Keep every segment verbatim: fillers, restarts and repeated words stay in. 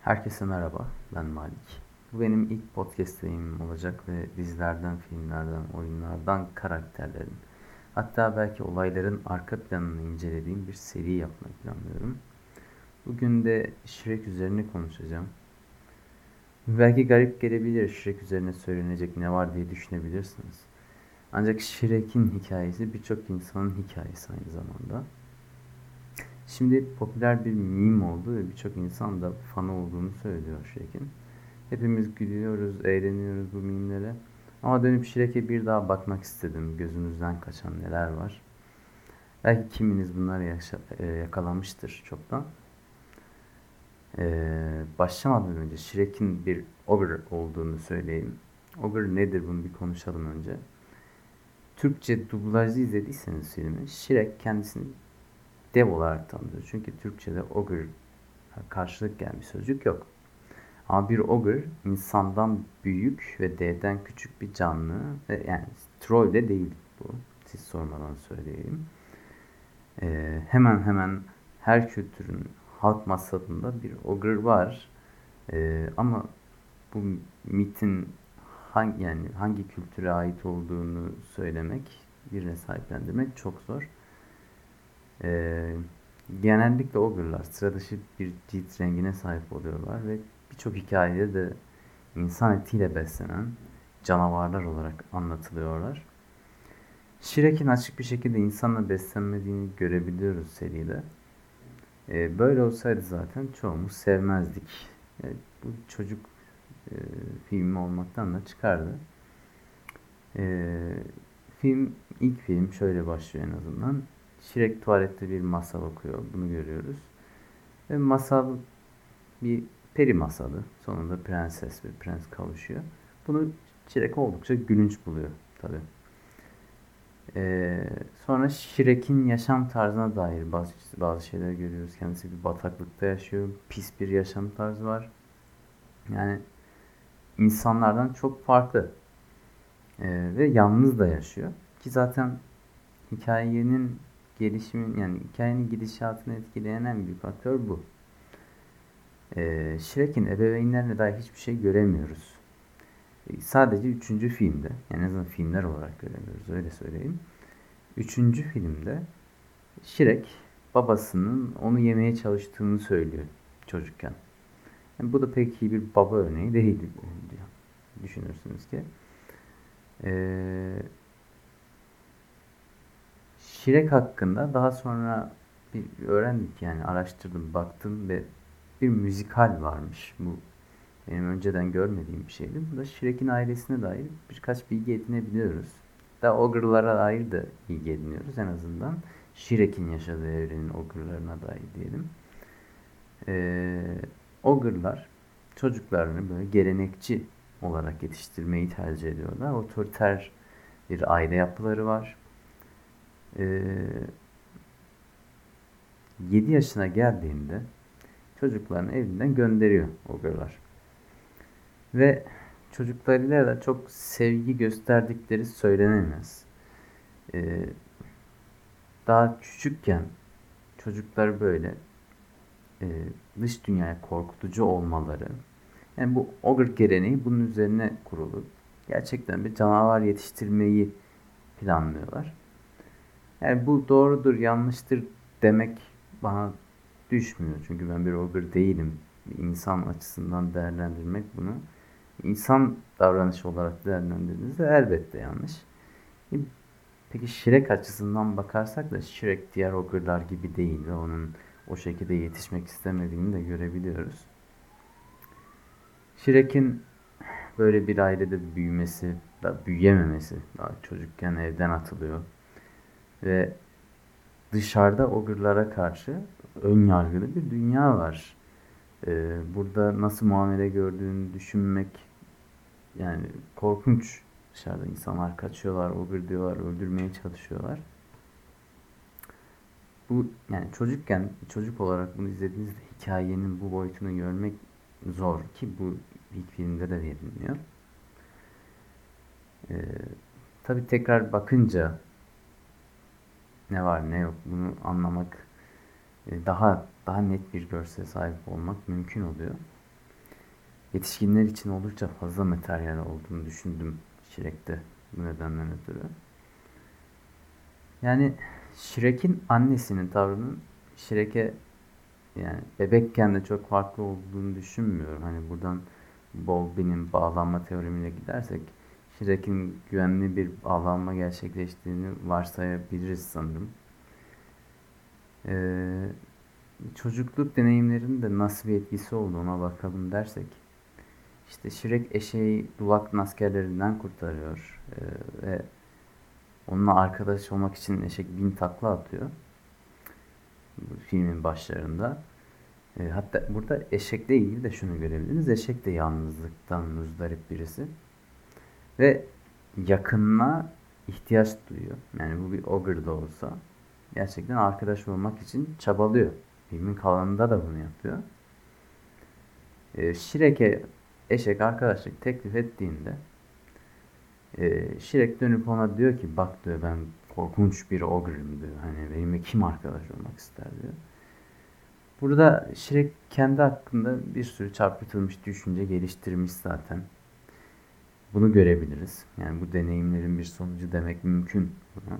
Herkese merhaba, ben Malik. Bu benim ilk podcast deneyimim olacak ve dizilerden, filmlerden, oyunlardan karakterlerin, hatta belki olayların arka planını incelediğim bir seri yapmayı planlıyorum. Bugün de Shrek üzerine konuşacağım. Belki garip gelebilir, Shrek üzerine söylenecek ne var diye düşünebilirsiniz. Ancak Shrek'in hikayesi birçok insanın hikayesi aynı zamanda. Şimdi popüler bir meme oldu ve birçok insan da fanı olduğunu söylüyor Shrek'in. Hepimiz gülüyoruz, eğleniyoruz bu mimlere. Ama dönüp Shrek'e bir daha bakmak istedim. Gözümüzden kaçan neler var. Belki kiminiz bunları yaşa- e, yakalamıştır çoktan. Ee, başlamadan önce Shrek'in bir ogre olduğunu söyleyeyim. Ogre nedir, bunu bir konuşalım önce. Türkçe dublajlı izlediyseniz filmi, Shrek kendisini dev olarak tanımlıyor. Çünkü Türkçe'de ogre karşılık gelen bir sözcük yok. Ama bir ogre insandan büyük ve devden küçük bir canlı. Ve yani troll de değil bu. Siz sormadan söyleyeyim. Ee, hemen hemen her kültürün halk masalında bir ogre var. Ee, ama bu mitin hangi yani hangi kültüre ait olduğunu söylemek, birine sahiplendirmek çok zor. Ee, genellikle ogre'lar sıra dışı bir cilt rengine sahip oluyorlar ve birçok hikayede de insan etiyle beslenen canavarlar olarak anlatılıyorlar. Shrek'in açık bir şekilde insanla beslenmediğini görebiliyoruz seride. Ee, böyle olsaydı zaten çoğumuz sevmezdik. Evet, bu çocuk e, filmi olmaktan da çıkardı. Ee, film ilk film şöyle başlıyor en azından. Shrek tuvalette bir masal okuyor. Bunu görüyoruz. Ve masal bir peri masalı. Sonunda prenses ve prens kavuşuyor. Bunu Shrek oldukça gülünç buluyor tabi. Ee, sonra Shrek'in yaşam tarzına dair bazı, bazı şeyler görüyoruz. Kendisi bir bataklıkta yaşıyor. Pis bir yaşam tarzı var. Yani insanlardan çok farklı. Ee, ve yalnız da yaşıyor. Ki zaten hikayenin gelişimin yani hikayenin gidişatını etkileyen en büyük faktör bu. Ee, Shrek'in ebeveynlerine dair hiçbir şey göremiyoruz. Ee, sadece üçüncü filmde, yani en azından filmler olarak göremiyoruz, öyle söyleyeyim. Üçüncü filmde Shrek babasının onu yemeye çalıştığını söylüyor çocukken. Yani bu da pek iyi bir baba örneği değil diyor. Düşünürsünüz ki. Ee, Shrek hakkında daha sonra bir öğrendik, yani araştırdım, baktım ve bir müzikal varmış. Bu benim önceden görmediğim bir şeydi. Bu da Shrek'in ailesine dair birkaç bilgi edinebiliyoruz. Da Ogre'lara dair de bilgi ediniyoruz en azından. Shrek'in yaşadığı evrenin Ogre'larına dair diyelim. Ee, Ogre'lar çocuklarını böyle gelenekçi olarak yetiştirmeyi tercih ediyorlar. Otoriter bir aile yapıları var. Ee, yedi yaşına geldiğinde çocuklarını evinden gönderiyor Ogre'lar. Ve çocuklarıyla da çok sevgi gösterdikleri söylenemez. Ee, daha küçükken çocuklar böyle e, dış dünyaya korkutucu olmaları, yani bu ogre geleneği bunun üzerine kurulu. Gerçekten bir canavar yetiştirmeyi planlıyorlar. Yani bu doğrudur, yanlıştır demek bana düşmüyor. Çünkü ben bir ogre değilim. Bir insan açısından değerlendirmek bunu, İnsan davranışı olarak değerlendirdiğinizde elbette yanlış. Peki Shrek açısından bakarsak da Shrek diğer ogre'lar gibi değil ve onun o şekilde yetişmek istemediğini de görebiliyoruz. Shrek'in böyle bir ailede büyümesi, da büyüyememesi, daha çocukken evden atılıyor ve dışarıda ogre'lara karşı ön yargılı bir dünya var. Ee, burada nasıl muamele gördüğünü düşünmek yani korkunç. Dışarıda insanlar kaçıyorlar, ogre diyorlar, öldürmeye çalışıyorlar. Bu yani çocukken, çocuk olarak bunu izlediğinizde hikayenin bu boyutunu görmek zor, ki bu ilk filmde de verilmiyor. Ee, tabii tekrar bakınca ne var ne yok bunu anlamak, e, daha daha net bir görsele sahip olmak mümkün oluyor. yetişkinler için oldukça fazla materyal olduğunu düşündüm Shrek'te bu nedenden ötürü. Yani Shrek'in annesinin tavrının Shrek'e yani bebekken de çok farklı olduğunu düşünmüyorum. Hani buradan Bowlby'nin bağlanma teorimiyle gidersek Shrek'in güvenli bir bağlanma gerçekleştiğini varsayabiliriz sanırım. Ee, çocukluk deneyimlerinin de nasıl bir etkisi olduğuna bakalım dersek işte Shrek eşeği Duvak'ın askerlerinden kurtarıyor ee, ve onunla arkadaş olmak için eşek bin takla atıyor bu filmin başlarında. E, hatta burada eşekle ilgili de şunu görebiliriz. Eşek de yalnızlıktan muzdarip birisi. Ve yakınına ihtiyaç duyuyor. Yani bu bir ogre da olsa gerçekten arkadaş olmak için çabalıyor. Filmin kalanında da bunu yapıyor. E, Shrek'e eşek arkadaşlık teklif ettiğinde e, Shrek dönüp ona diyor ki bak diyor ben korkunç bir ogre'ım diyor. Hani benimle kim arkadaş olmak ister diyor. Burada Shrek kendi hakkında bir sürü çarpıtılmış düşünce geliştirmiş zaten. Bunu görebiliriz. Yani bu deneyimlerin bir sonucu demek mümkün buna.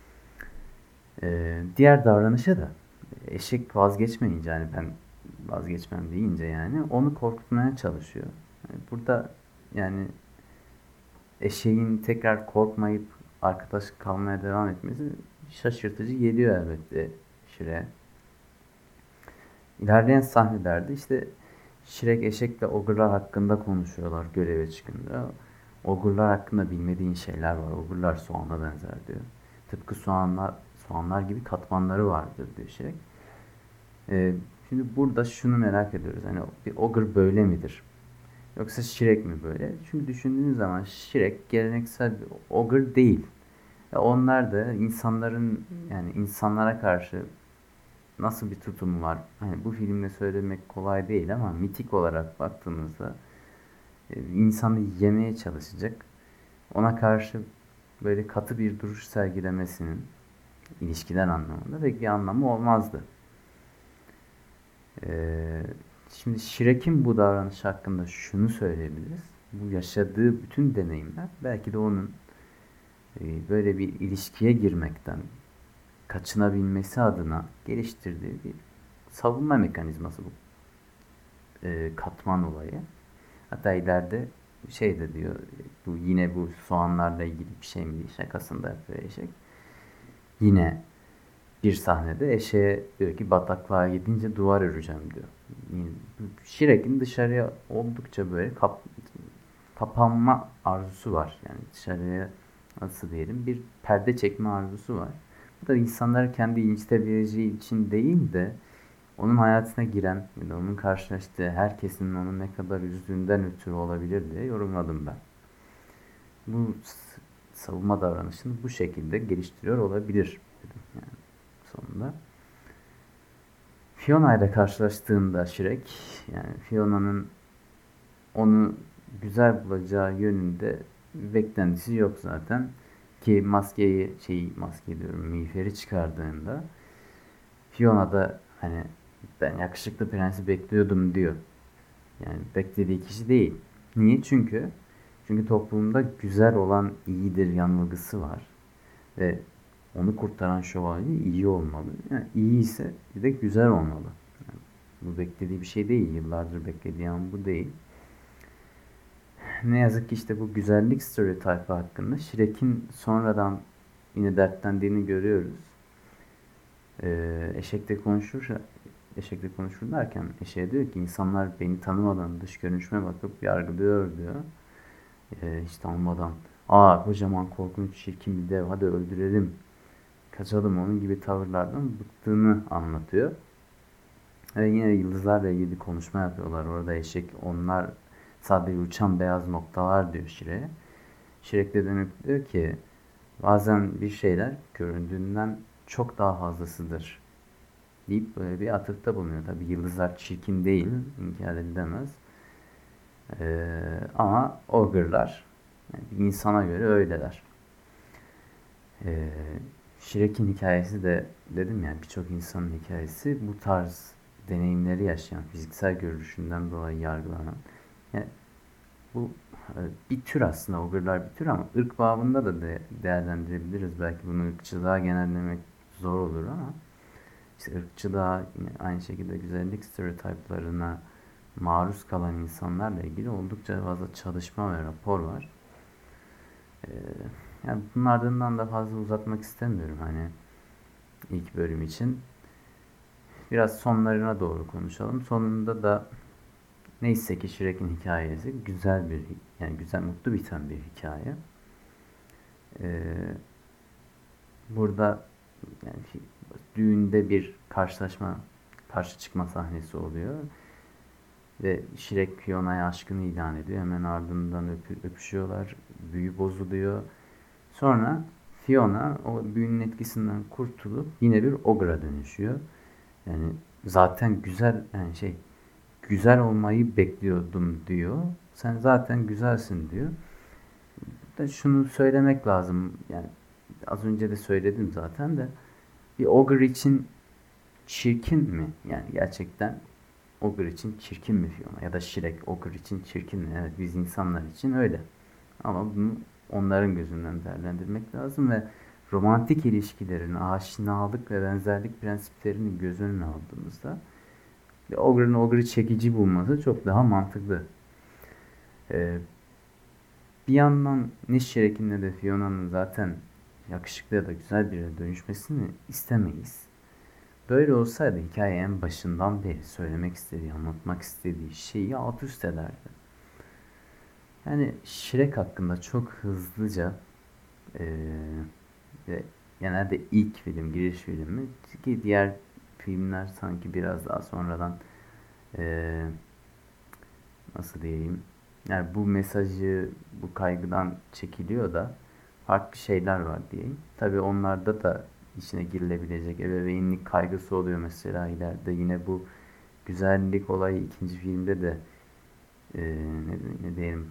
Ee, diğer davranışa da eşek vazgeçmeyince yani ben vazgeçmem deyince yani onu korkutmaya çalışıyor. Yani burada yani eşeğin tekrar korkmayıp arkadaş kalmaya devam etmesi şaşırtıcı geliyor elbette Shrek'e. İlerleyen sahnelerde işte Shrek eşekle ogurlar hakkında konuşuyorlar göreve çıkınca. Ogurlar hakkında bilmediğin şeyler var. Ogurlar soğana benzer diyor. Tıpkı soğanlar soğanlar gibi katmanları vardır diyor Shrek. Ee, şimdi burada şunu merak ediyoruz. Hani bir ogre böyle midir? Yoksa Shrek mi böyle? Çünkü düşündüğünüz zaman Shrek geleneksel bir ogre değil. Ve onlar da insanların yani insanlara karşı nasıl bir tutumu var? Hani bu filmde söylemek kolay değil ama mitik olarak baktığımızda e, insanı yemeye çalışacak. Ona karşı böyle katı bir duruş sergilemesinin ilişkiler anlamında pek bir anlamı olmazdı. Ee, şimdi Shrek'in bu davranış hakkında şunu söyleyebiliriz. Bu yaşadığı bütün deneyimler belki de onun e, böyle bir ilişkiye girmekten kaçınabilmesi adına geliştirdiği bir savunma mekanizması bu e, katman olayı. Hatta ileride şey de diyor bu yine bu soğanlarla ilgili bir şey mi diye şakasında yapıyor eşek. Yine bir sahnede eşeğe diyor ki bataklığa gidince duvar öreceğim diyor. Yani Shrek'in dışarıya oldukça böyle kap, kapanma arzusu var. Yani dışarıya nasıl diyelim bir perde çekme arzusu var. Bu da insanlar kendi incitebileceği için değil de onun hayatına giren, yani onun karşılaştığı herkesin onu ne kadar üzdüğünden ötürü olabilir diye yorumladım ben. Bu savunma davranışını bu şekilde geliştiriyor olabilir dedim yani sonunda. Fiona ile karşılaştığında Shrek, yani Fiona'nın onu güzel bulacağı yönünde beklentisi yok zaten. Ki maskeyi, şey maske diyorum, miğferi çıkardığında Fiona da hani ben yakışıklı prensi bekliyordum diyor. Yani beklediği kişi değil. Niye? Çünkü çünkü toplumda güzel olan iyidir yanılgısı var. Ve onu kurtaran şövalye iyi olmalı. Yani iyi ise bir de güzel olmalı. Yani bu beklediği bir şey değil. Yıllardır beklediği an bu değil. Ne yazık ki işte bu güzellik stereotipi hakkında Shrek'in sonradan yine dertlendiğini görüyoruz. Ee, eşekle konuşur, eşekle konuşur derken eşeğe diyor ki insanlar beni tanımadan dış görünüşüme bakıp yargılıyor diyor. Ee, hiç tanımadan aa kocaman korkunç çirkin bir dev hadi öldürelim kaçalım onun gibi tavırlardan bıktığını anlatıyor. Ve yine yıldızlarla ilgili konuşma yapıyorlar. Orada eşek onlar sadece uçan beyaz noktalar diyor Shrek'e. Shrek de dönüp diyor ki bazen bir şeyler göründüğünden çok daha fazlasıdır deyip böyle bir atıfta bulunuyor. Tabi yıldızlar çirkin değil, inkar edilemez. Ee, ama ogre'lar yani bir insana göre öyleler. Ee, Shrek'in hikayesi de dedim ya birçok insanın hikayesi bu tarz deneyimleri yaşayan, fiziksel görünüşünden dolayı yargılanan Yani bu e, bir tür aslında, ogre'lar bir tür ama ırk babında da de değerlendirebiliriz. Belki bunu ırkçılığa genellemek zor olur ama işte ırkçılığa, yine aynı şekilde güzellik stereotiplerine maruz kalan insanlarla ilgili oldukça fazla çalışma ve rapor var. Ee, Yani bunun ardından da fazla uzatmak istemiyorum hani ilk bölüm için. Biraz sonlarına doğru konuşalım. Sonunda da neyse ki Shrek'in hikayesi güzel bir, yani güzel, mutlu biten bir hikaye. Ee, Burada yani düğünde bir karşılaşma, karşı çıkma sahnesi oluyor. Ve Shrek Fiona'ya aşkını ilan ediyor. Hemen ardından öpü, öpüşüyorlar. Büyü bozuluyor. Sonra Fiona o büyünün etkisinden kurtulup yine bir ogre'a dönüşüyor. Yani zaten güzel, yani şey, güzel olmayı bekliyordum diyor. Sen zaten güzelsin diyor. Da şunu söylemek lazım. Yani az önce de söyledim zaten de, bir ogre için çirkin mi? Yani gerçekten ogre için çirkin mi Fiona? Ya da Shrek ogre için çirkin mi? Evet, biz insanlar için öyle. Ama bunu onların gözünden değerlendirmek lazım ve romantik ilişkilerin aşinalık ve benzerlik prensiplerini göz önüne aldığımızda bir ogre'ın ogre'ı çekici bulması çok daha mantıklı. Ee, Bir yandan ne Shrek'in ne de Fiona'nın zaten yakışıklı ya da güzel birine dönüşmesini istemeyiz. Böyle olsaydı hikaye en başından beri söylemek istediği, anlatmak istediği şeyi alt üst ederdi. Yani Shrek hakkında çok hızlıca ee, ve genelde ilk film, giriş filmi, ki diğer filmler sanki biraz daha sonradan ee, nasıl diyeyim, yani bu mesajı, bu kaygıdan çekiliyor da farklı şeyler var diyeyim. Tabii onlarda da içine girilebilecek ebeveynlik kaygısı oluyor mesela ileride. Yine bu güzellik olayı ikinci filmde de e, ne, ne diyelim,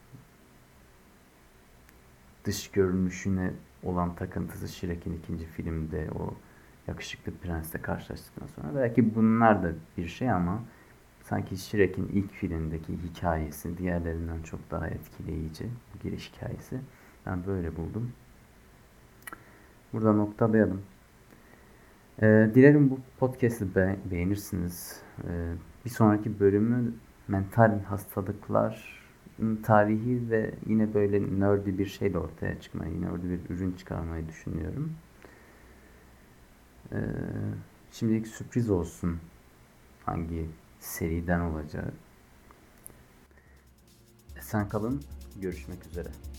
dış görünüşüne olan takıntısı Shrek'in ikinci filmde o yakışıklı prensle karşılaştıktan sonra. Belki bunlar da bir şey ama sanki Shrek'in ilk filmdeki hikayesi diğerlerinden çok daha etkileyici. Bu giriş hikayesi. Ben böyle buldum. Burada noktalayalım. Ee, dilerim bu podcast'i be- beğenirsiniz. Ee, bir sonraki bölümü mental hastalıklar tarihi ve yine böyle nerdy bir şeyle ortaya çıkmayı, nerdy bir ürün çıkarmayı düşünüyorum. Ee, Şimdilik sürpriz olsun hangi seriden olacağı. Esen kalın, görüşmek üzere.